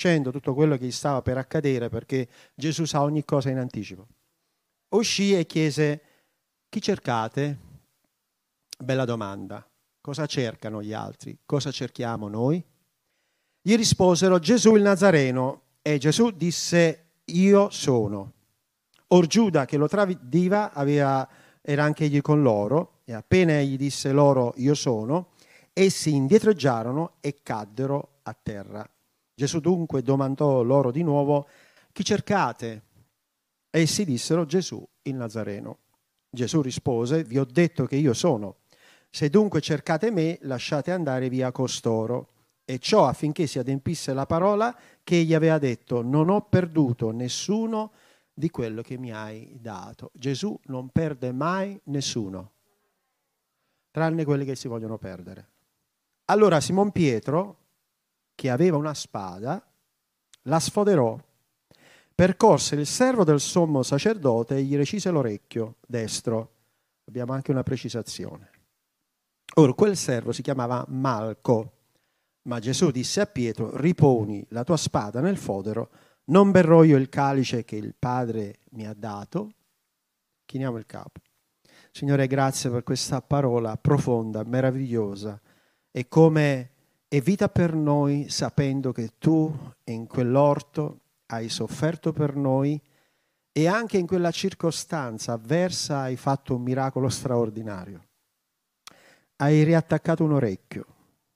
dicendo tutto quello che gli stava per accadere, perché Gesù sa ogni cosa in anticipo. Uscì e chiese: chi cercate? Bella domanda. Cosa cercano gli altri? Cosa cerchiamo noi? Gli risposero: Gesù il Nazareno. E Gesù disse: io sono. Or Giuda, che lo tradiva, era anche egli con loro, e appena egli disse loro io sono, essi indietreggiarono e caddero a terra. Gesù dunque domandò loro di nuovo: chi cercate? Essi dissero: Gesù il Nazareno. Gesù rispose: vi ho detto che io sono. Se dunque cercate me, lasciate andare via costoro. E ciò affinché si adempisse la parola che egli aveva detto: non ho perduto nessuno di quello che mi hai dato. Gesù non perde mai nessuno, tranne quelli che si vogliono perdere. Allora Simon Pietro, che aveva una spada, la sfoderò, percorse il servo del sommo sacerdote e gli recise l'orecchio destro. Abbiamo anche una precisazione. Ora, quel servo si chiamava Malco, ma Gesù disse a Pietro: riponi la tua spada nel fodero, non berrò io il calice che il Padre mi ha dato? Chiniamo il capo. Signore, grazie per questa parola profonda, meravigliosa, e come è vita per noi, sapendo che tu in quell'orto hai sofferto per noi e anche in quella circostanza avversa hai fatto un miracolo straordinario. Hai riattaccato un orecchio.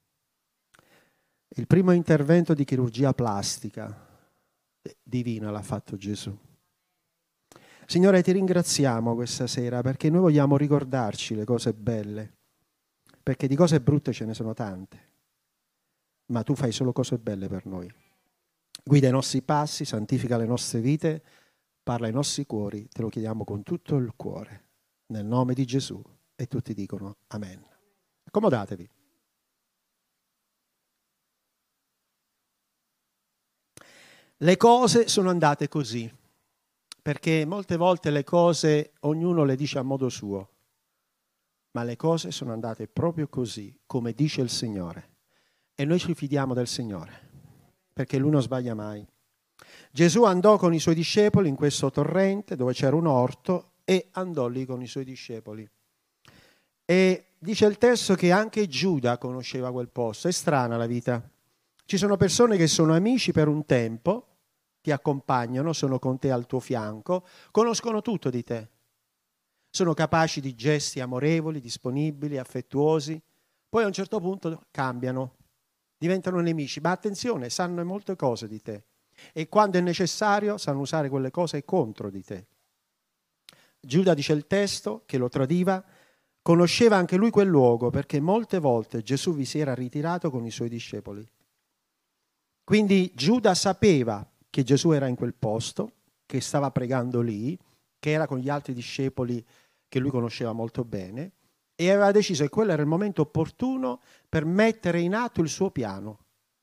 Il primo intervento di chirurgia plastica divina l'ha fatto Gesù. Signore, ti ringraziamo questa sera perché noi vogliamo ricordarci le cose belle, perché di cose brutte ce ne sono tante, ma tu fai solo cose belle per noi. Guida i nostri passi, santifica le nostre vite, parla ai nostri cuori, te lo chiediamo con tutto il cuore, nel nome di Gesù. E tutti dicono amen. Accomodatevi. Le cose sono andate così, perché molte volte le cose ognuno le dice a modo suo, ma le cose sono andate proprio così, come dice il Signore. E noi ci fidiamo del Signore, perché Lui non sbaglia mai. Gesù andò con i suoi discepoli in questo torrente dove c'era un orto e andò lì con i suoi discepoli. E dice il testo che anche Giuda conosceva quel posto. È strana la vita. Ci sono persone che sono amici per un tempo, ti accompagnano, sono con te al tuo fianco, conoscono tutto di te. Sono capaci di gesti amorevoli, disponibili, affettuosi. Poi a un certo punto cambiano, diventano nemici. Ma attenzione, sanno molte cose di te. E quando è necessario sanno usare quelle cose contro di te. Giuda, dice il testo, che lo tradiva, conosceva anche lui quel luogo perché molte volte Gesù vi si era ritirato con i suoi discepoli. Quindi Giuda sapeva che Gesù era in quel posto, che stava pregando lì, che era con gli altri discepoli che lui conosceva molto bene, e aveva deciso che quello era il momento opportuno per mettere in atto il suo piano.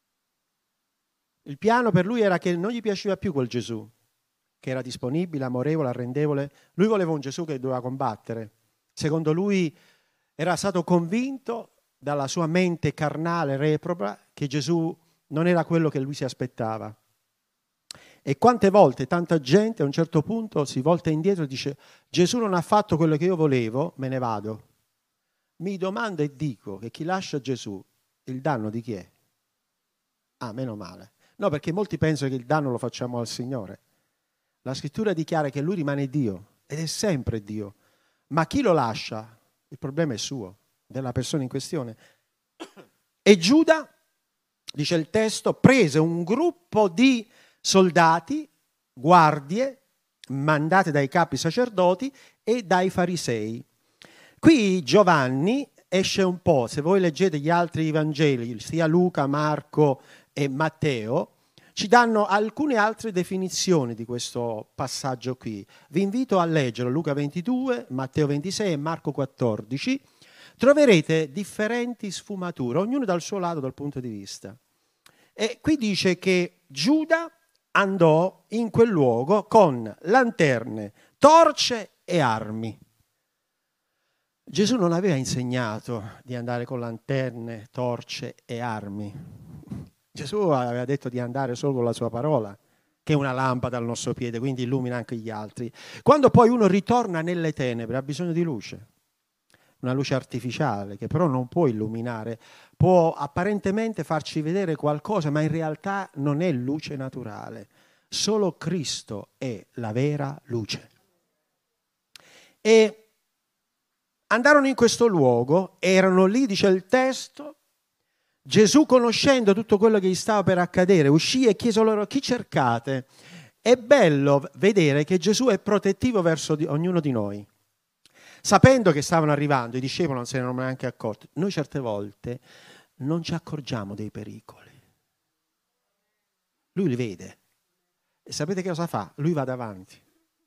Il piano per lui era che non gli piaceva più quel Gesù, che era disponibile, amorevole, arrendevole. Lui voleva un Gesù che doveva combattere. Secondo lui era stato convinto dalla sua mente carnale, reproba, che Gesù non era quello che lui si aspettava. E quante volte tanta gente a un certo punto si volta indietro e dice: Gesù non ha fatto quello che io volevo, me ne vado. Mi domando e dico che chi lascia Gesù, il danno di chi è? Ah, meno male. No, perché molti pensano che il danno lo facciamo al Signore. La scrittura dichiara che Lui rimane Dio ed è sempre Dio. Ma chi lo lascia? Il problema è suo, della persona in questione. E Giuda, dice il testo, prese un gruppo di soldati, guardie, mandate dai capi sacerdoti e dai farisei. Qui Giovanni esce un po', se voi leggete gli altri Vangeli, sia Luca, Marco e Matteo, ci danno alcune altre definizioni di questo passaggio qui. Vi invito a leggere Luca 22, Matteo 26 e Marco 14. Troverete differenti sfumature, ognuno dal suo lato, dal punto di vista. E qui dice che Giuda andò in quel luogo con lanterne, torce e armi. Gesù non aveva insegnato di andare con lanterne, torce e armi. Gesù aveva detto di andare solo con la sua parola, che è una lampada al nostro piede, quindi illumina anche gli altri. Quando poi uno ritorna nelle tenebre ha bisogno di luce, una luce artificiale che però non può illuminare, può apparentemente farci vedere qualcosa, ma in realtà non è luce naturale. Solo Cristo è la vera luce. E andarono in questo luogo, erano lì, dice il testo. Gesù, conoscendo tutto quello che gli stava per accadere, uscì e chiese loro: chi cercate? È bello vedere che Gesù è protettivo verso ognuno di noi. Sapendo che stavano arrivando, i discepoli non se ne erano neanche accorti. Noi certe volte non ci accorgiamo dei pericoli. Lui li vede. E sapete che cosa fa? Lui va davanti.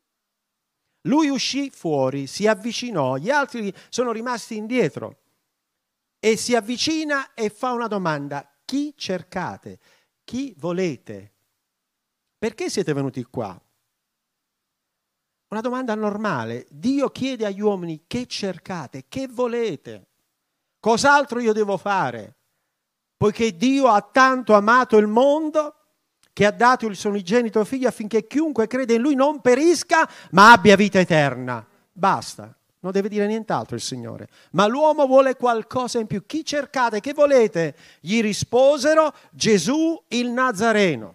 Lui uscì fuori, si avvicinò, gli altri sono rimasti indietro. E si avvicina e fa una domanda: chi cercate? Chi volete? Perché siete venuti qua? Una domanda normale. Dio chiede agli uomini: che cercate? Che volete? Cos'altro io devo fare? Poiché Dio ha tanto amato il mondo che ha dato il suo unigenito figlio affinché chiunque crede in lui non perisca ma abbia vita eterna. Basta. Non deve dire nient'altro il Signore. Ma l'uomo vuole qualcosa in più. Chi cercate? Che volete? Gli risposero: Gesù il Nazareno.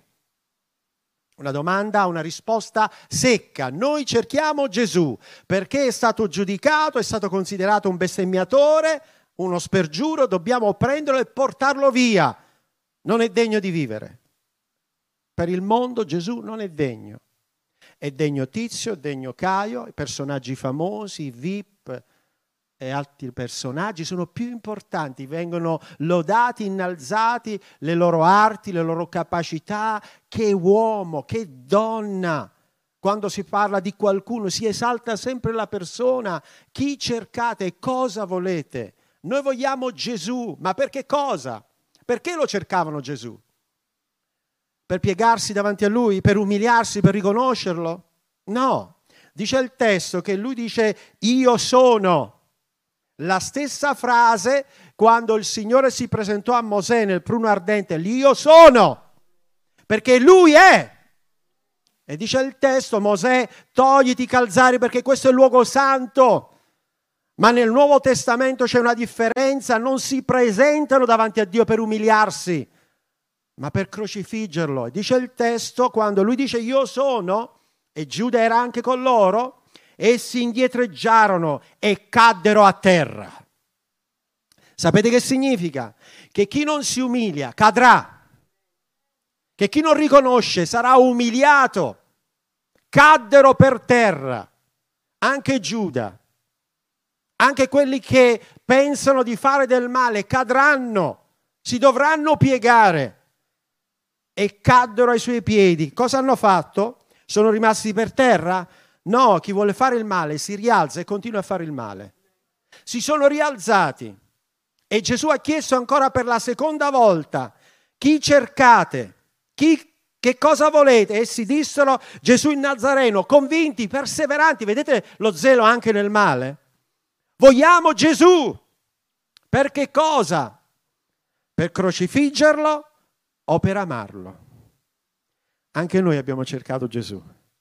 Una domanda, una risposta secca. Noi cerchiamo Gesù perché è stato giudicato, è stato considerato un bestemmiatore, uno spergiuro, dobbiamo prenderlo e portarlo via. Non è degno di vivere. Per il mondo Gesù non è degno. È degno Tizio, è degno Caio, i personaggi famosi, i VIP e altri personaggi sono più importanti, vengono lodati, innalzati le loro arti, le loro capacità. Che uomo, che donna! Quando si parla di qualcuno si esalta sempre la persona. Chi cercate e cosa volete? Noi vogliamo Gesù, ma per che cosa? Perché lo cercavano Gesù? Per piegarsi davanti a lui, per umiliarsi, per riconoscerlo? No, dice il testo che lui dice: io sono. La stessa frase quando il Signore si presentò a Mosè nel pruno ardente: io sono, perché lui è. E dice il testo: Mosè, togliti i calzari perché questo è il luogo santo. Ma nel Nuovo Testamento c'è una differenza: non si presentano davanti a Dio per umiliarsi, ma per crocifiggerlo. E dice il testo, quando lui dice io sono, e Giuda era anche con loro, essi indietreggiarono e caddero a terra. Sapete che significa? Che chi non si umilia cadrà, che chi non riconosce sarà umiliato. Caddero per terra, anche Giuda, anche quelli che pensano di fare del male cadranno, si dovranno piegare. E caddero ai suoi piedi. Cosa hanno fatto? Sono rimasti per terra? No, chi vuole fare il male si rialza e continua a fare il male. Si sono rialzati e Gesù ha chiesto ancora per la seconda volta: chi cercate? Che cosa volete? Essi dissero: Gesù il Nazareno, convinti, perseveranti. Vedete lo zelo anche nel male? Vogliamo Gesù. Per che cosa? Per crocifiggerlo o per amarlo? Anche noi abbiamo cercato Gesù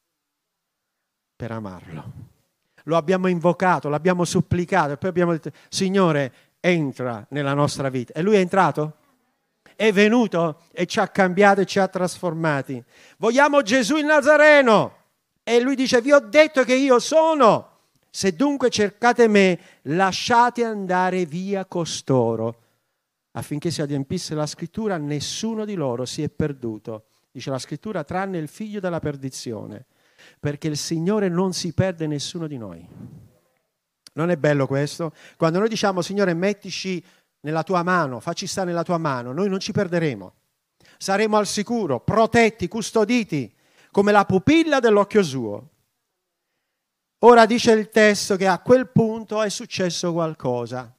per amarlo. Lo abbiamo invocato, l'abbiamo supplicato e poi abbiamo detto: Signore, entra nella nostra vita. E lui è entrato? È venuto e ci ha cambiato e ci ha trasformati. Vogliamo Gesù il Nazareno. E lui dice: vi ho detto che io sono. Se dunque cercate me, lasciate andare via costoro, affinché si adempisse la scrittura: nessuno di loro si è perduto. Dice la scrittura: tranne il figlio della perdizione, perché il Signore non si perde nessuno di noi. Non è bello questo? Quando noi diciamo: Signore, mettici nella tua mano, facci stare nella tua mano, noi non ci perderemo. Saremo al sicuro, protetti, custoditi, come la pupilla dell'occhio suo. Ora dice il testo che a quel punto è successo qualcosa.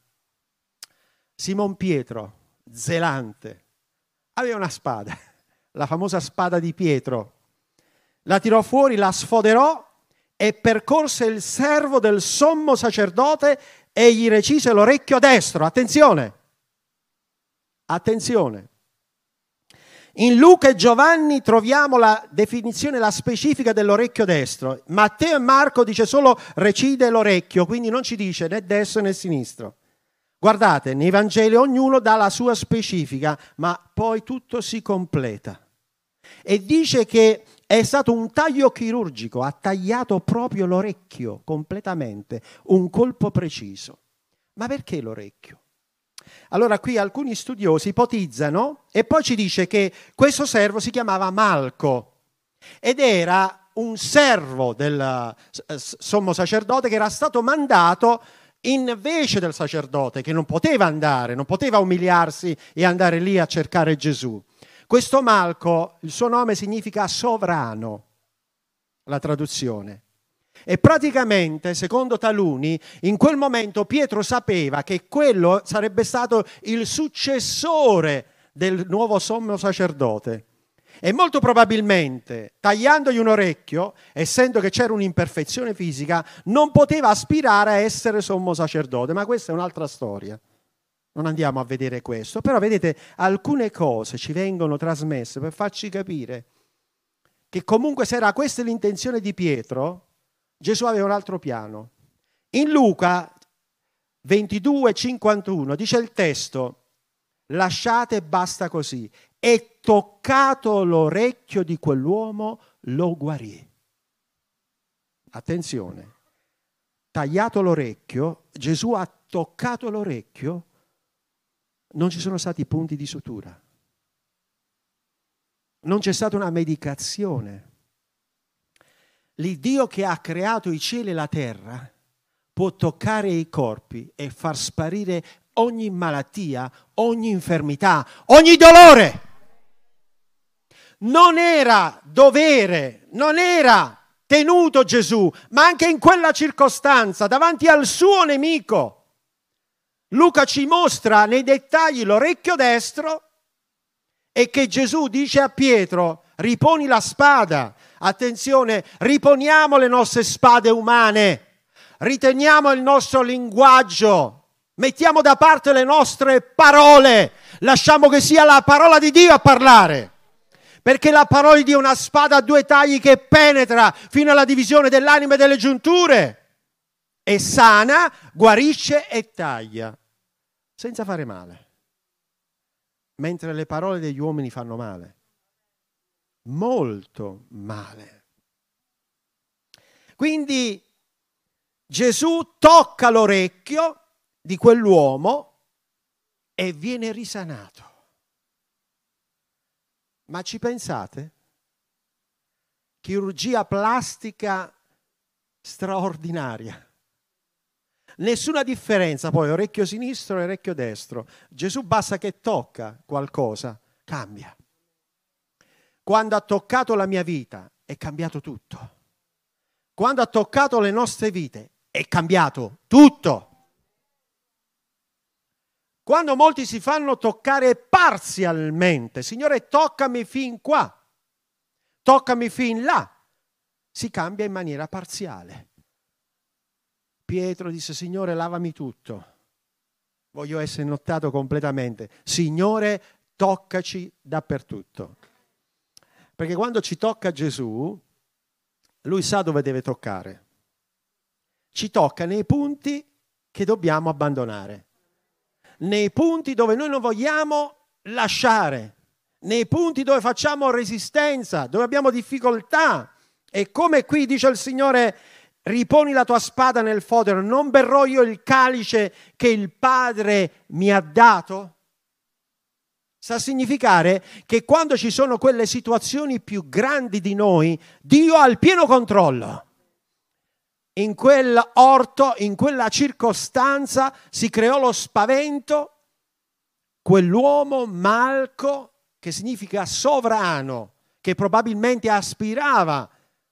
Simon Pietro, zelante, aveva una spada, la famosa spada di Pietro. La tirò fuori, la sfoderò e percorse il servo del sommo sacerdote e gli recise l'orecchio destro. Attenzione! Attenzione! In Luca e Giovanni troviamo la definizione, la specifica dell'orecchio destro. Matteo e Marco dice solo recide l'orecchio, quindi non ci dice né destro né sinistro. Guardate, nei Vangeli ognuno dà la sua specifica, ma poi tutto si completa. E dice che è stato un taglio chirurgico, ha tagliato proprio l'orecchio completamente, un colpo preciso. Ma perché l'orecchio? Allora qui alcuni studiosi ipotizzano e poi ci dice che questo servo si chiamava Malco ed era un servo del sommo sacerdote che era stato mandato in vece del sacerdote che non poteva andare, non poteva umiliarsi e andare lì a cercare Gesù. Questo Malco, il suo nome significa sovrano, la traduzione. E praticamente, secondo taluni, in quel momento Pietro sapeva che quello sarebbe stato il successore del nuovo sommo sacerdote. E molto probabilmente, tagliandogli un orecchio, essendo che c'era un'imperfezione fisica, non poteva aspirare a essere sommo sacerdote. Ma questa è un'altra storia. Non andiamo a vedere questo. Però vedete, alcune cose ci vengono trasmesse per farci capire che comunque se era questa l'intenzione di Pietro, Gesù aveva un altro piano. In Luca 22:51 dice il testo: lasciate e basta così. E toccato l'orecchio di quell'uomo lo guarì. Attenzione, tagliato l'orecchio, Gesù ha toccato l'orecchio, non ci sono stati punti di sutura. Non c'è stata una medicazione. L'Iddio che ha creato i cieli e la terra può toccare i corpi e far sparire ogni malattia, ogni infermità, ogni dolore. Non era dovere, non era tenuto Gesù, ma anche in quella circostanza, davanti al suo nemico. Luca ci mostra nei dettagli l'orecchio destro e che Gesù dice a Pietro: riponi la spada. Attenzione, riponiamo le nostre spade umane, riteniamo il nostro linguaggio, mettiamo da parte le nostre parole, lasciamo che sia la parola di Dio a parlare, perché la parola di Dio è una spada a due tagli che penetra fino alla divisione dell'anima e delle giunture, e sana, guarisce e taglia, senza fare male, mentre le parole degli uomini fanno male. Molto male. Quindi Gesù tocca l'orecchio di quell'uomo e viene risanato. Ma ci pensate? Chirurgia plastica straordinaria. Nessuna differenza poi, orecchio sinistro e orecchio destro. Gesù basta che tocca qualcosa, cambia. Quando ha toccato la mia vita è cambiato tutto. Quando ha toccato le nostre vite è cambiato tutto. Quando molti si fanno toccare parzialmente, Signore toccami fin qua, toccami fin là, si cambia in maniera parziale. Pietro disse: Signore lavami tutto, voglio essere innottato completamente. Signore toccaci dappertutto. Perché quando ci tocca Gesù, Lui sa dove deve toccare. Ci tocca nei punti che dobbiamo abbandonare, nei punti dove noi non vogliamo lasciare, nei punti dove facciamo resistenza, dove abbiamo difficoltà. E come qui dice il Signore: riponi la tua spada nel fodero, non berrò io il calice che il Padre mi ha dato? Sta a significare che quando ci sono quelle situazioni più grandi di noi, Dio ha il pieno controllo. In quell'orto, in quella circostanza si creò lo spavento. Quell'uomo Malco, che significa sovrano, che probabilmente aspirava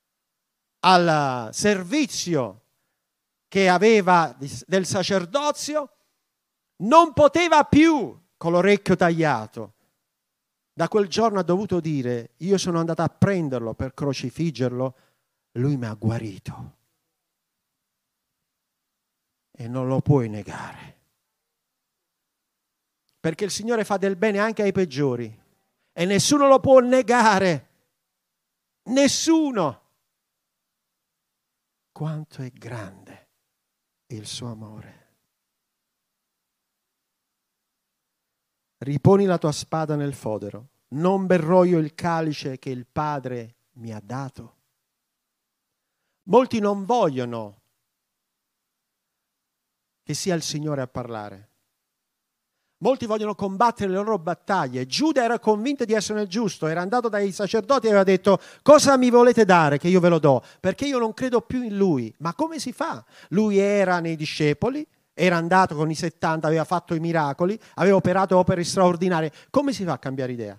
al servizio che aveva del sacerdozio, non poteva più con l'orecchio tagliato. Da quel giorno ha dovuto dire: io sono andato a prenderlo per crocifiggerlo, lui mi ha guarito. E non lo puoi negare. Perché il Signore fa del bene anche ai peggiori. e nessuno lo può negare. Nessuno. Quanto è grande il suo amore. Riponi la tua spada nel fodero. Non berrò io il calice che il Padre mi ha dato? Molti non vogliono che sia il Signore a parlare. Molti vogliono combattere le loro battaglie. Giuda era convinto di essere nel giusto, era andato dai sacerdoti e aveva detto: cosa mi volete dare che io ve lo do? Perché io non credo più in lui. Ma come si fa? Lui era nei discepoli, era andato con i 70, aveva fatto i miracoli, aveva operato opere straordinarie. Come si fa a cambiare idea?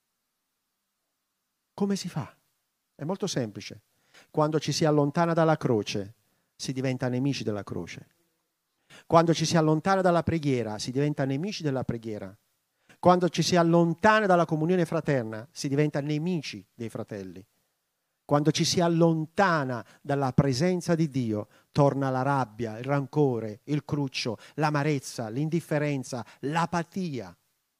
Come si fa? È molto semplice. Quando ci si allontana dalla croce, si diventa nemici della croce. Quando ci si allontana dalla preghiera, si diventa nemici della preghiera. Quando ci si allontana dalla comunione fraterna, si diventa nemici dei fratelli. Quando ci si allontana dalla presenza di Dio, torna la rabbia, il rancore, il cruccio, l'amarezza, l'indifferenza, l'apatia.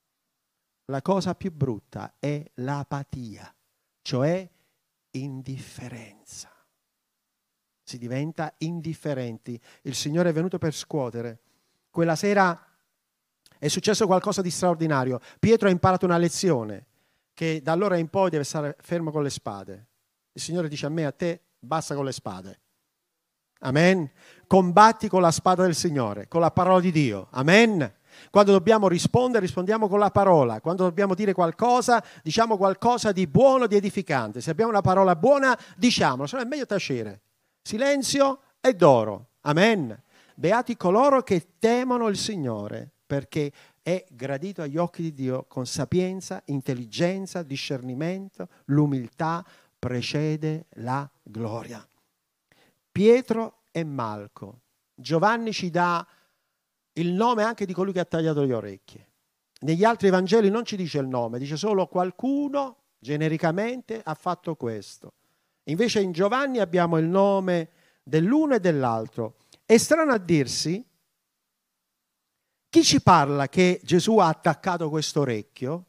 La cosa più brutta è l'apatia, cioè indifferenza. Si diventa indifferenti. Il Signore è venuto per scuotere. Quella sera è successo qualcosa di straordinario. Pietro ha imparato una lezione, che da allora in poi deve stare fermo con le spade. Il Signore dice a me e a te: basta con le spade. Amen. Combatti con la spada del Signore, con la parola di Dio. Amen. Quando dobbiamo rispondere, rispondiamo con la parola. Quando dobbiamo dire qualcosa, diciamo qualcosa di buono, di edificante. Se abbiamo una parola buona, diciamola, se no è meglio tacere. Silenzio è d'oro. Amen. Beati coloro che temono il Signore, perché è gradito agli occhi di Dio con sapienza, intelligenza, discernimento. L'umiltà precede la gloria. Pietro e Malco. Giovanni ci dà il nome anche di colui che ha tagliato le orecchie. Negli altri Vangeli non ci dice il nome, dice solo qualcuno genericamente ha fatto questo. Invece in Giovanni abbiamo il nome dell'uno e dell'altro. È strano a dirsi, chi ci parla che Gesù ha attaccato questo orecchio?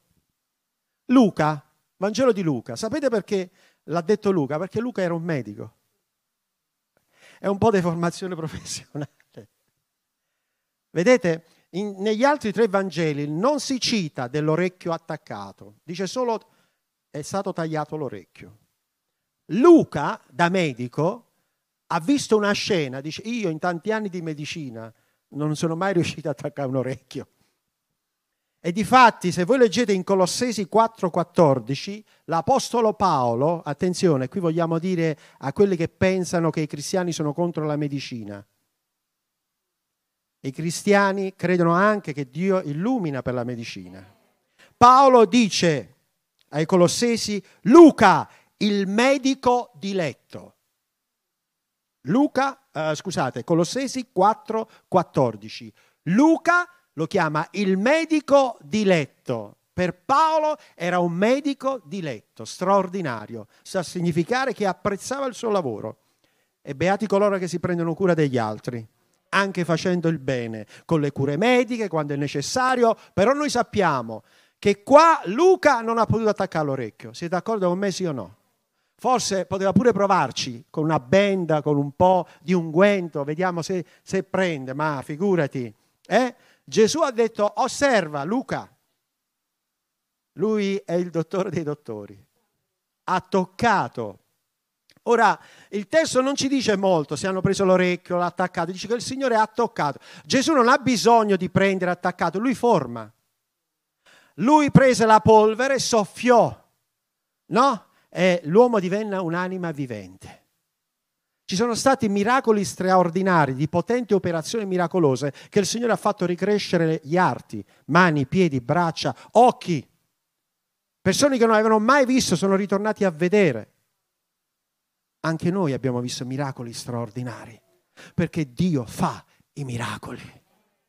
Luca, Vangelo di Luca. Sapete perché l'ha detto Luca? Perché Luca era un medico. È un po' di formazione professionale. Vedete, negli altri tre Vangeli non si cita dell'orecchio attaccato, dice solo è stato tagliato l'orecchio. Luca, da medico, ha visto una scena, dice: io in tanti anni di medicina non sono mai riuscito ad attaccare un orecchio. E difatti, se voi leggete in Colossesi 4,14, l'Apostolo Paolo, attenzione, qui vogliamo dire a quelli che pensano che i cristiani sono contro la medicina. I cristiani credono anche che Dio illumina per la medicina. Paolo dice ai Colossesi: Luca, il medico diletto. Colossesi 4,14. Luca lo chiama il medico diletto. Per Paolo era un medico diletto, straordinario. Sta a significare che apprezzava il suo lavoro. E beati coloro che si prendono cura degli altri, anche facendo il bene, con le cure mediche, quando è necessario. Però noi sappiamo che qua Luca non ha potuto attaccare l'orecchio. Siete d'accordo con me, sì o no? Forse poteva pure provarci con una benda, con un po' di unguento, vediamo se prende, ma figurati. Gesù ha detto: osserva Luca, lui è il dottore dei dottori, ha toccato. Ora, il testo non ci dice molto se hanno preso l'orecchio, l'ha attaccato, dice che il Signore ha toccato. Gesù non ha bisogno di prendere attaccato, lui forma. Lui prese la polvere e soffiò, no? E l'uomo divenne un'anima vivente. Ci sono stati miracoli straordinari, di potenti operazioni miracolose che il Signore ha fatto ricrescere gli arti, mani, piedi, braccia, occhi. Persone che non avevano mai visto sono ritornati a vedere. Anche noi abbiamo visto miracoli straordinari, perché Dio fa i miracoli.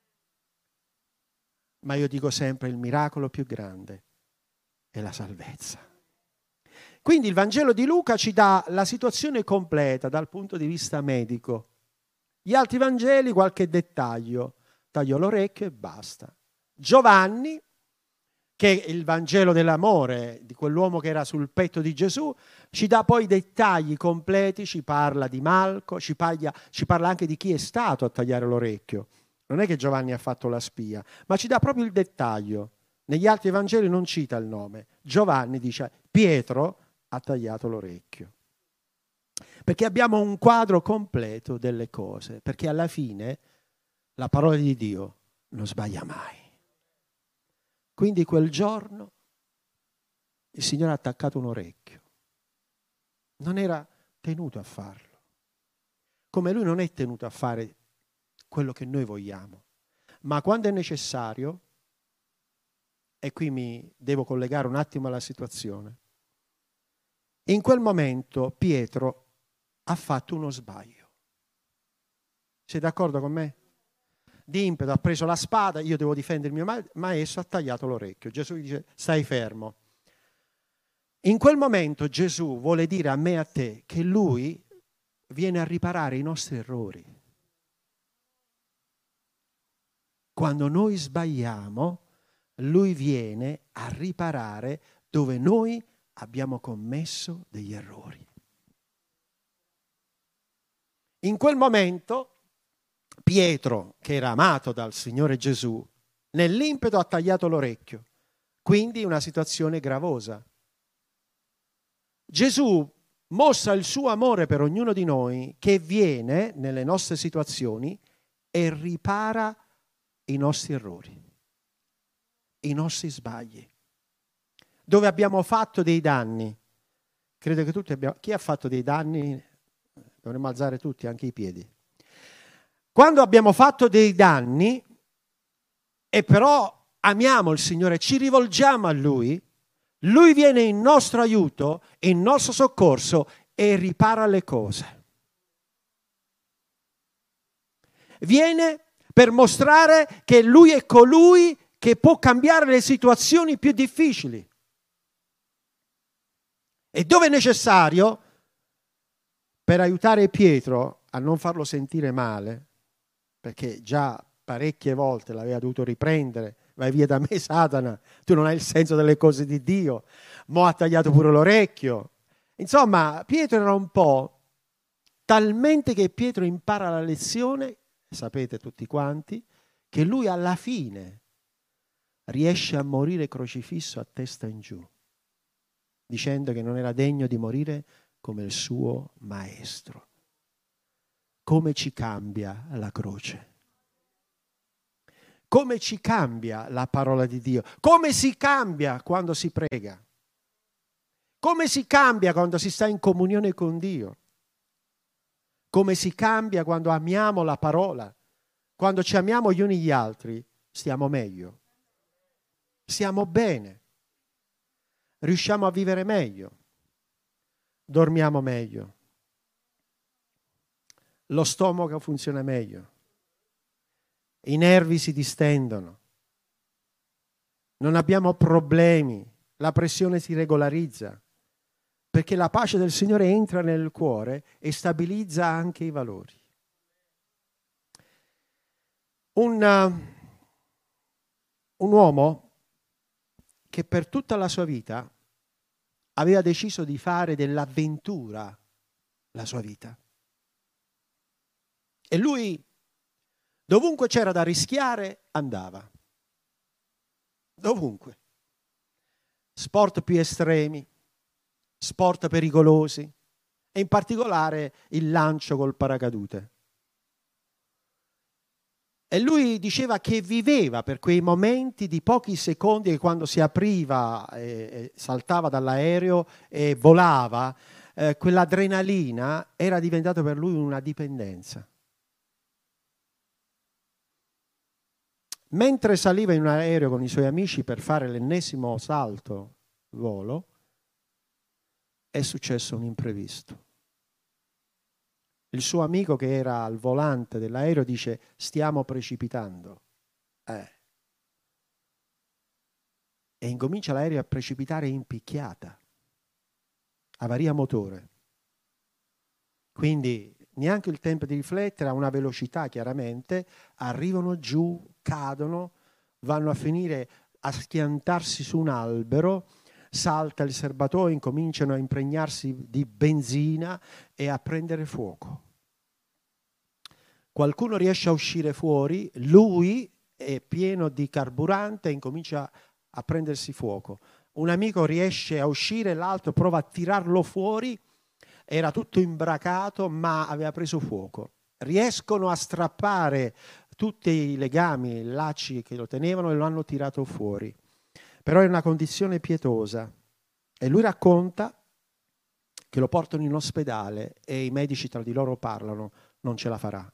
Ma io dico sempre: il miracolo più grande è la salvezza. Quindi il Vangelo di Luca ci dà la situazione completa dal punto di vista medico. Gli altri Vangeli qualche dettaglio, taglio l'orecchio e basta. Giovanni che è il Vangelo dell'amore di quell'uomo che era sul petto di Gesù, ci dà poi i dettagli completi, ci parla di Malco, ci parla anche di chi è stato a tagliare l'orecchio. Non è che Giovanni ha fatto la spia, ma ci dà proprio il dettaglio. Negli altri Vangeli non cita il nome. Giovanni dice Pietro ha tagliato l'orecchio. Perché abbiamo un quadro completo delle cose, perché alla fine la parola di Dio non sbaglia mai. Quindi quel giorno il Signore ha attaccato un orecchio. Non era tenuto a farlo. Come Lui non è tenuto a fare quello che noi vogliamo. Ma quando è necessario, e qui mi devo collegare un attimo alla situazione, in quel momento Pietro ha fatto uno sbaglio. Sei d'accordo con me? Di impeto ha preso la spada, io devo difendere il mio maestro, ha tagliato l'orecchio. Gesù gli dice, stai fermo. In quel momento Gesù vuole dire a me e a te che Lui viene a riparare i nostri errori. Quando noi sbagliamo, Lui viene a riparare dove noi abbiamo commesso degli errori. In quel momento Pietro, che era amato dal Signore Gesù, nell'impeto ha tagliato l'orecchio. Quindi una situazione gravosa. Gesù mostra il suo amore per ognuno di noi che viene nelle nostre situazioni e ripara i nostri errori, i nostri sbagli. Dove abbiamo fatto dei danni. Credo che tutti abbiamo... Chi ha fatto dei danni? Dovremmo alzare tutti, anche i piedi. Quando abbiamo fatto dei danni e però amiamo il Signore, ci rivolgiamo a Lui, Lui viene in nostro aiuto, in nostro soccorso e ripara le cose. Viene per mostrare che Lui è colui che può cambiare le situazioni più difficili. E dove è necessario, per aiutare Pietro a non farlo sentire male, perché già parecchie volte l'aveva dovuto riprendere, vai via da me Satana, tu non hai il senso delle cose di Dio, mo' ha tagliato pure l'orecchio. Insomma, Pietro era un po' talmente che Pietro impara la lezione, sapete tutti quanti, che lui alla fine riesce a morire crocifisso a testa in giù, dicendo che non era degno di morire come il suo maestro. Come ci cambia la croce? Come ci cambia la parola di Dio? Come si cambia quando si prega? Come si cambia quando si sta in comunione con Dio? Come si cambia quando amiamo la parola? Quando ci amiamo gli uni gli altri, stiamo meglio. Stiamo bene. Riusciamo a vivere meglio. Dormiamo meglio. Lo stomaco funziona meglio. I nervi si distendono. Non abbiamo problemi. La pressione si regolarizza. Perché la pace del Signore entra nel cuore e stabilizza anche i valori. Un uomo che per tutta la sua vita aveva deciso di fare dell'avventura la sua vita. E lui, dovunque c'era da rischiare, andava. Dovunque. Sport più estremi, sport pericolosi e in particolare il lancio col paracadute. E lui diceva che viveva per quei momenti di pochi secondi che quando si apriva e saltava dall'aereo e volava, quell'adrenalina era diventata per lui una dipendenza. Mentre saliva in un aereo con i suoi amici per fare l'ennesimo salto volo, è successo un imprevisto. Il suo amico che era al volante dell'aereo dice: stiamo precipitando. E incomincia l'aereo a precipitare in picchiata. Avaria motore. Quindi neanche il tempo di riflettere, a una velocità chiaramente, arrivano giù, cadono, vanno a finire a schiantarsi su un albero, salta il serbatoio, incominciano a impregnarsi di benzina e a prendere fuoco. Qualcuno riesce a uscire fuori, lui è pieno di carburante e incomincia a prendersi fuoco. Un amico riesce a uscire, l'altro prova a tirarlo fuori, era tutto imbracato ma aveva preso fuoco. Riescono a strappare tutti i legami, i lacci che lo tenevano e lo hanno tirato fuori. Però è una condizione pietosa e lui racconta che lo portano in ospedale e i medici tra di loro parlano, non ce la farà.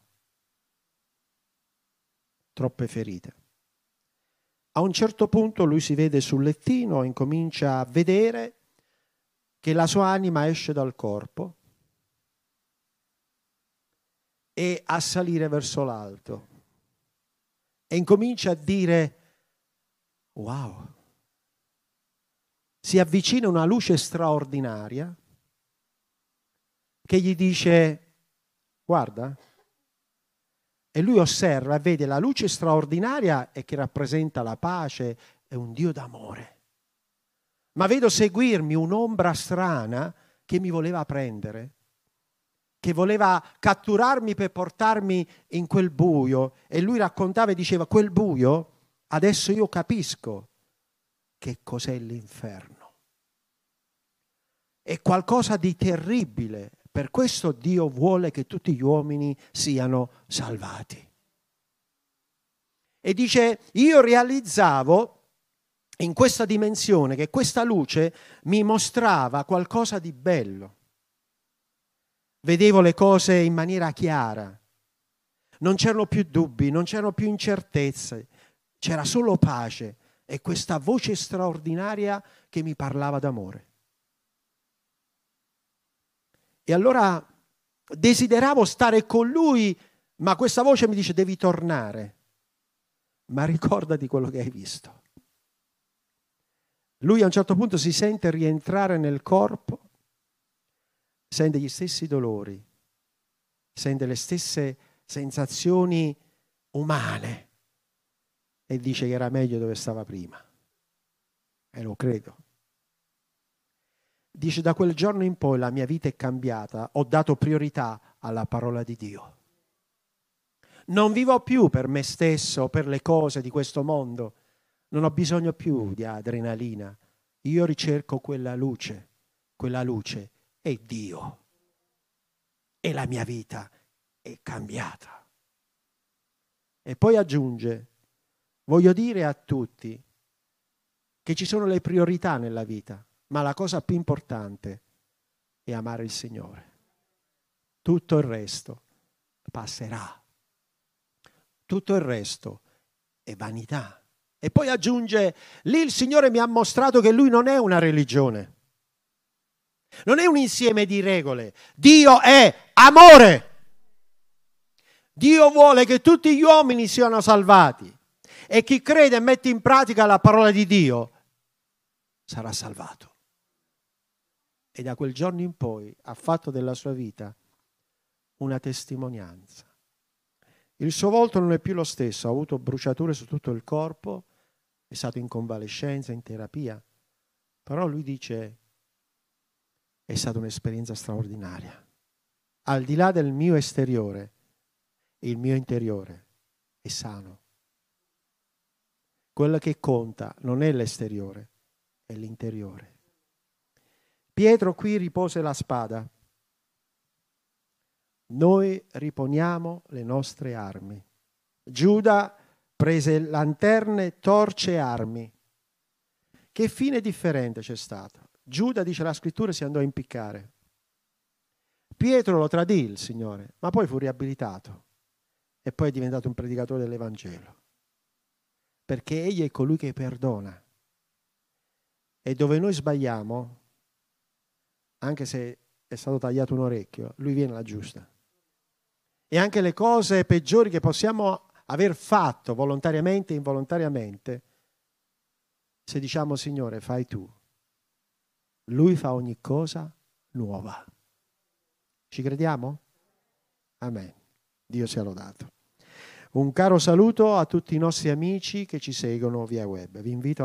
Troppe ferite. A un certo punto lui si vede sul lettino e incomincia a vedere che la sua anima esce dal corpo e a salire verso l'alto e incomincia a dire wow, si avvicina una luce straordinaria che gli dice guarda, e lui osserva e vede la luce straordinaria e che rappresenta la pace e un Dio d'amore. Ma vedo seguirmi un'ombra strana che mi voleva prendere, che voleva catturarmi per portarmi in quel buio. E lui raccontava e diceva, quel buio, adesso io capisco che cos'è l'inferno. È qualcosa di terribile. Per questo Dio vuole che tutti gli uomini siano salvati. E dice, io realizzavo in questa dimensione che questa luce mi mostrava qualcosa di bello. Vedevo le cose in maniera chiara. Non c'erano più dubbi, non c'erano più incertezze. C'era solo pace e questa voce straordinaria che mi parlava d'amore. E allora desideravo stare con lui, ma questa voce mi dice devi tornare. Ma ricordati quello che hai visto. Lui a un certo punto si sente rientrare nel corpo, sente gli stessi dolori, sente le stesse sensazioni umane e dice che era meglio dove stava prima. E lo credo. Dice da quel giorno in poi la mia vita è cambiata, ho dato priorità alla parola di Dio. Non vivo più per me stesso, per le cose di questo mondo, non ho bisogno più di adrenalina, io ricerco quella luce è Dio e la mia vita è cambiata. E poi aggiunge, voglio dire a tutti che ci sono le priorità nella vita, ma la cosa più importante è amare il Signore. Tutto il resto passerà. Tutto il resto è vanità. E poi aggiunge, lì il Signore mi ha mostrato che Lui non è una religione. Non è un insieme di regole. Dio è amore. Dio vuole che tutti gli uomini siano salvati. E chi crede e mette in pratica la parola di Dio sarà salvato. E da quel giorno in poi ha fatto della sua vita una testimonianza. Il suo volto non è più lo stesso, ha avuto bruciature su tutto il corpo, è stato in convalescenza, in terapia, però lui dice è stata un'esperienza straordinaria. Al di là del mio esteriore, il mio interiore è sano. Quello che conta non è l'esteriore, è l'interiore. Pietro qui ripose la spada. Noi riponiamo le nostre armi. Giuda prese lanterne, torce e armi. Che fine differente c'è stato? Giuda, dice la scrittura, si andò a impiccare. Pietro lo tradì il Signore, ma poi fu riabilitato e poi è diventato un predicatore dell'Evangelo. Perché egli è colui che perdona. E dove noi sbagliamo, anche se è stato tagliato un orecchio, lui viene alla giusta. E anche le cose peggiori che possiamo aver fatto volontariamente e involontariamente, se diciamo Signore fai tu, lui fa ogni cosa nuova. Ci crediamo? Amen. Dio sia lodato. Un caro saluto a tutti i nostri amici che ci seguono via web. Vi invito